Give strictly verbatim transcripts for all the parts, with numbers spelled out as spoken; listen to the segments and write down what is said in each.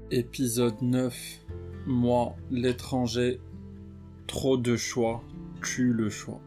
Épisode neuf. Moi, l'étranger, trop de choix, tue le choix.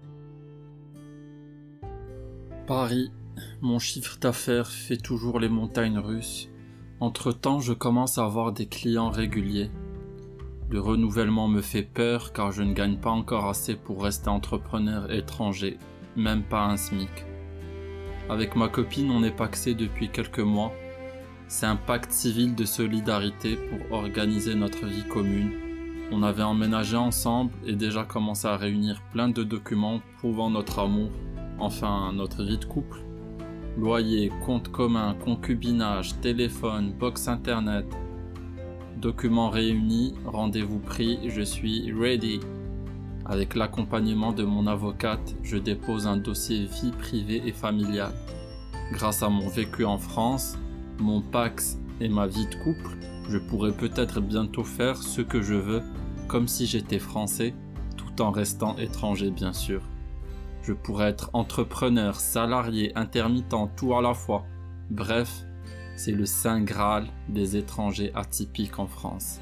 Paris, mon chiffre d'affaires fait toujours les montagnes russes. Entre-temps, je commence à avoir des clients réguliers. Le renouvellement me fait peur car je ne gagne pas encore assez pour rester entrepreneur étranger, même pas un SMIC. Avec ma copine, on est pacsé depuis quelques mois. C'est un pacte civil de solidarité pour organiser notre vie commune. On avait emménagé ensemble et déjà commencé à réunir plein de documents prouvant notre amour, enfin notre vie de couple. Loyer, compte commun, concubinage, téléphone, box internet. Documents réunis, rendez-vous pris, je suis ready. Avec l'accompagnement de mon avocate, je dépose un dossier vie privée et familiale. Grâce à mon vécu en France, mon Pacs et ma vie de couple, je pourrais peut-être bientôt faire ce que je veux, comme si j'étais français, tout en restant étranger bien sûr. Je pourrais être entrepreneur, salarié, intermittent, tout à la fois. Bref, c'est le saint graal des étrangers atypiques en France.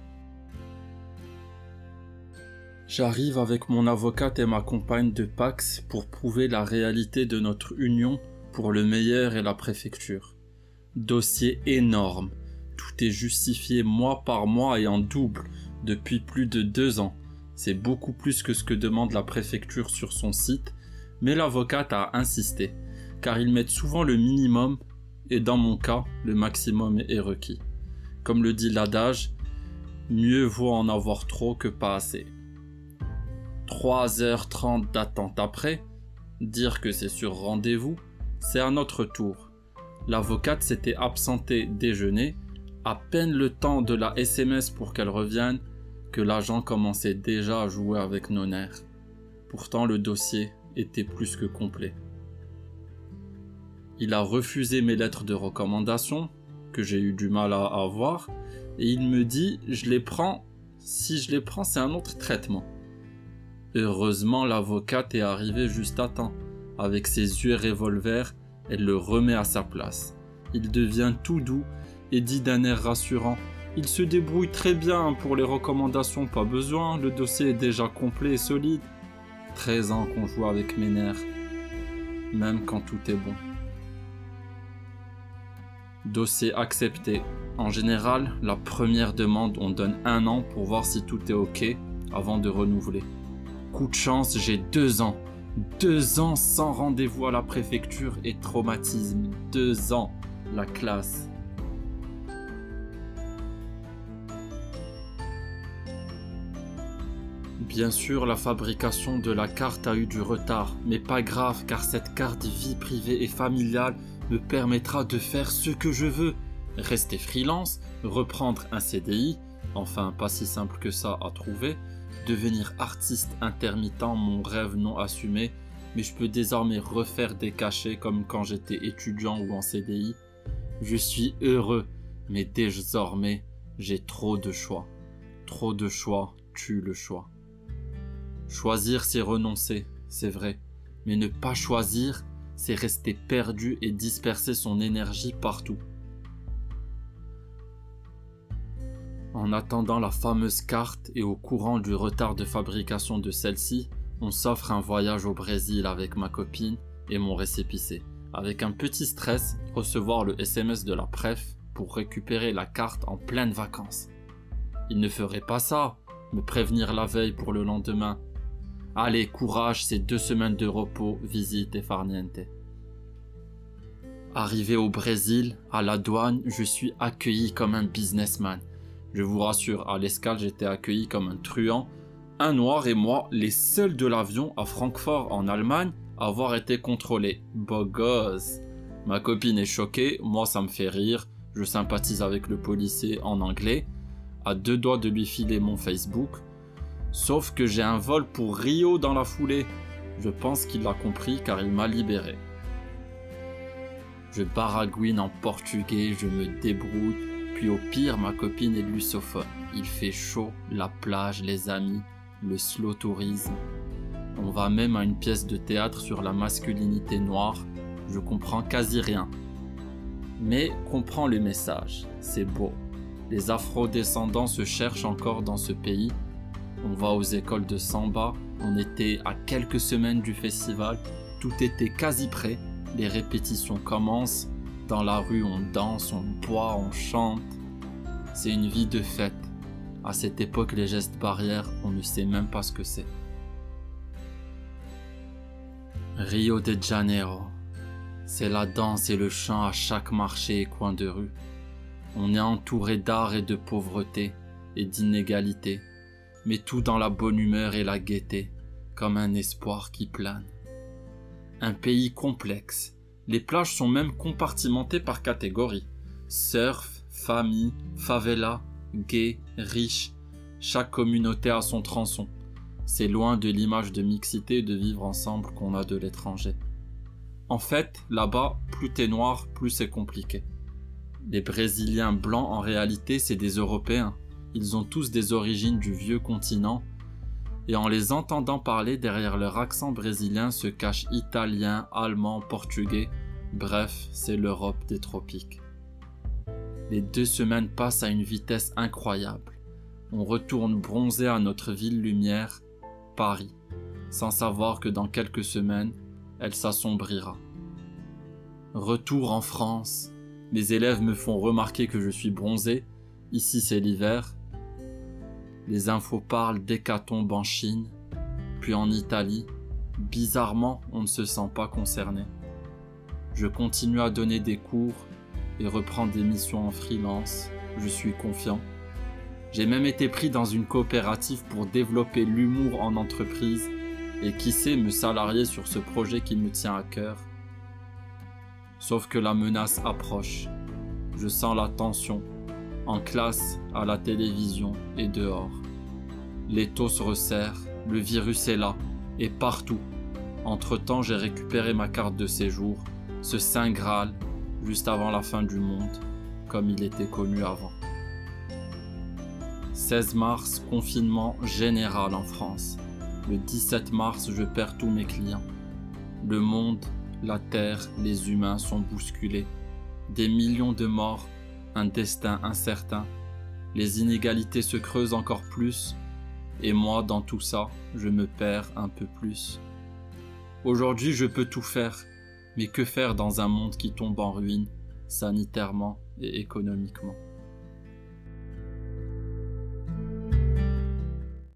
J'arrive avec mon avocate et ma compagne de Pacs pour prouver la réalité de notre union pour le meilleur et la préfecture. Dossier énorme, tout est justifié mois par mois et en double depuis plus de deux ans. C'est beaucoup plus que ce que demande la préfecture sur son site, mais l'avocate a insisté, car ils mettent souvent le minimum et dans mon cas, le maximum est requis. Comme le dit l'adage, mieux vaut en avoir trop que pas assez. trois heures trente d'attente après, dire que c'est sur rendez-vous, c'est à notre tour. L'avocate s'était absentée déjeuner, à peine le temps de la S M S pour qu'elle revienne, que l'agent commençait déjà à jouer avec nos nerfs. Pourtant le dossier était plus que complet. Il a refusé mes lettres de recommandation, que j'ai eu du mal à avoir, et il me dit « je les prends, si je les prends c'est un autre traitement ». Heureusement l'avocate est arrivée juste à temps, avec ses yeux revolver. Elle le remet à sa place. Il devient tout doux et dit d'un air rassurant « Il se débrouille très bien pour les recommandations, pas besoin, le dossier est déjà complet et solide. » treize ans qu'on joue avec mes nerfs, même quand tout est bon. Dossier accepté. En général, la première demande, on donne un an pour voir si tout est ok avant de renouveler. Coup de chance, j'ai deux ans. Deux ans sans rendez-vous à la préfecture et traumatisme. Deux ans, la classe. Bien sûr, la fabrication de la carte a eu du retard, mais pas grave car cette carte vie privée et familiale me permettra de faire ce que je veux. Rester freelance, reprendre un C D I, enfin pas si simple que ça à trouver, devenir artiste intermittent, mon rêve non assumé, mais je peux désormais refaire des cachets comme quand j'étais étudiant ou en C D I. Je suis heureux, mais désormais, j'ai trop de choix. Trop de choix tue le choix. Choisir, c'est renoncer, c'est vrai, mais ne pas choisir, c'est rester perdu et disperser son énergie partout. En attendant la fameuse carte et au courant du retard de fabrication de celle-ci, on s'offre un voyage au Brésil avec ma copine et mon récépissé. Avec un petit stress, recevoir le S M S de la préf pour récupérer la carte en pleine vacances. Il ne ferait pas ça, me prévenir la veille pour le lendemain. Allez, courage, c'est deux semaines de repos, visite et farniente. Arrivé au Brésil, à la douane, je suis accueilli comme un businessman. Je vous rassure, à l'escale, j'étais accueilli comme un truand. Un noir et moi, les seuls de l'avion à Francfort en Allemagne à avoir été contrôlés. Beau gosse. Ma copine est choquée, moi ça me fait rire. Je sympathise avec le policier en anglais. À deux doigts de lui filer mon Facebook. Sauf que j'ai un vol pour Rio dans la foulée. Je pense qu'il l'a compris car il m'a libéré. Je baragouine en portugais, je me débrouille. Puis au pire, ma copine est lusophone. Il fait chaud, la plage, les amis, le slow tourisme. On va même à une pièce de théâtre sur la masculinité noire. Je comprends quasi rien. Mais comprends le message, c'est beau. Les afro-descendants se cherchent encore dans ce pays. On va aux écoles de samba, on était à quelques semaines du festival, tout était quasi prêt, les répétitions commencent, dans la rue on danse, on boit, on chante. C'est une vie de fête. À cette époque, les gestes barrières, on ne sait même pas ce que c'est. Rio de Janeiro. C'est la danse et le chant à chaque marché et coin de rue. On est entouré d'art et de pauvreté et d'inégalité, mais tout dans la bonne humeur et la gaieté, comme un espoir qui plane. Un pays complexe. Les plages sont même compartimentées par catégories. Surf, famille, favela, gay, riche. Chaque communauté a son tronçon. C'est loin de l'image de mixité et de vivre ensemble qu'on a de l'étranger. En fait, là-bas, plus t'es noir, plus c'est compliqué. Les Brésiliens blancs, en réalité, c'est des Européens. Ils ont tous des origines du vieux continent. Et en les entendant parler, derrière leur accent brésilien se cachent italien, allemand, portugais. Bref, c'est l'Europe des tropiques. Les deux semaines passent à une vitesse incroyable. On retourne bronzé à notre ville lumière, Paris, sans savoir que dans quelques semaines, elle s'assombrira. Retour en France. Les élèves me font remarquer que je suis bronzé. Ici, c'est l'hiver. Les infos parlent d'hécatombe en Chine, puis en Italie. Bizarrement, on ne se sent pas concerné. Je continue à donner des cours et reprends des missions en freelance. Je suis confiant. J'ai même été pris dans une coopérative pour développer l'humour en entreprise et qui sait me salarier sur ce projet qui me tient à cœur. Sauf que la menace approche. Je sens la tension, en classe, à la télévision et dehors. L'étau se resserre, le virus est là, et partout. Entre-temps, j'ai récupéré ma carte de séjour, ce Saint Graal, juste avant la fin du monde, comme il était connu avant. seize mars, confinement général en France. Le dix-sept mars, je perds tous mes clients. Le monde, la terre, les humains sont bousculés. Des millions de morts, un destin incertain. Les inégalités se creusent encore plus. Et moi, dans tout ça, je me perds un peu plus. Aujourd'hui, je peux tout faire. Mais que faire dans un monde qui tombe en ruine, sanitairement et économiquement ?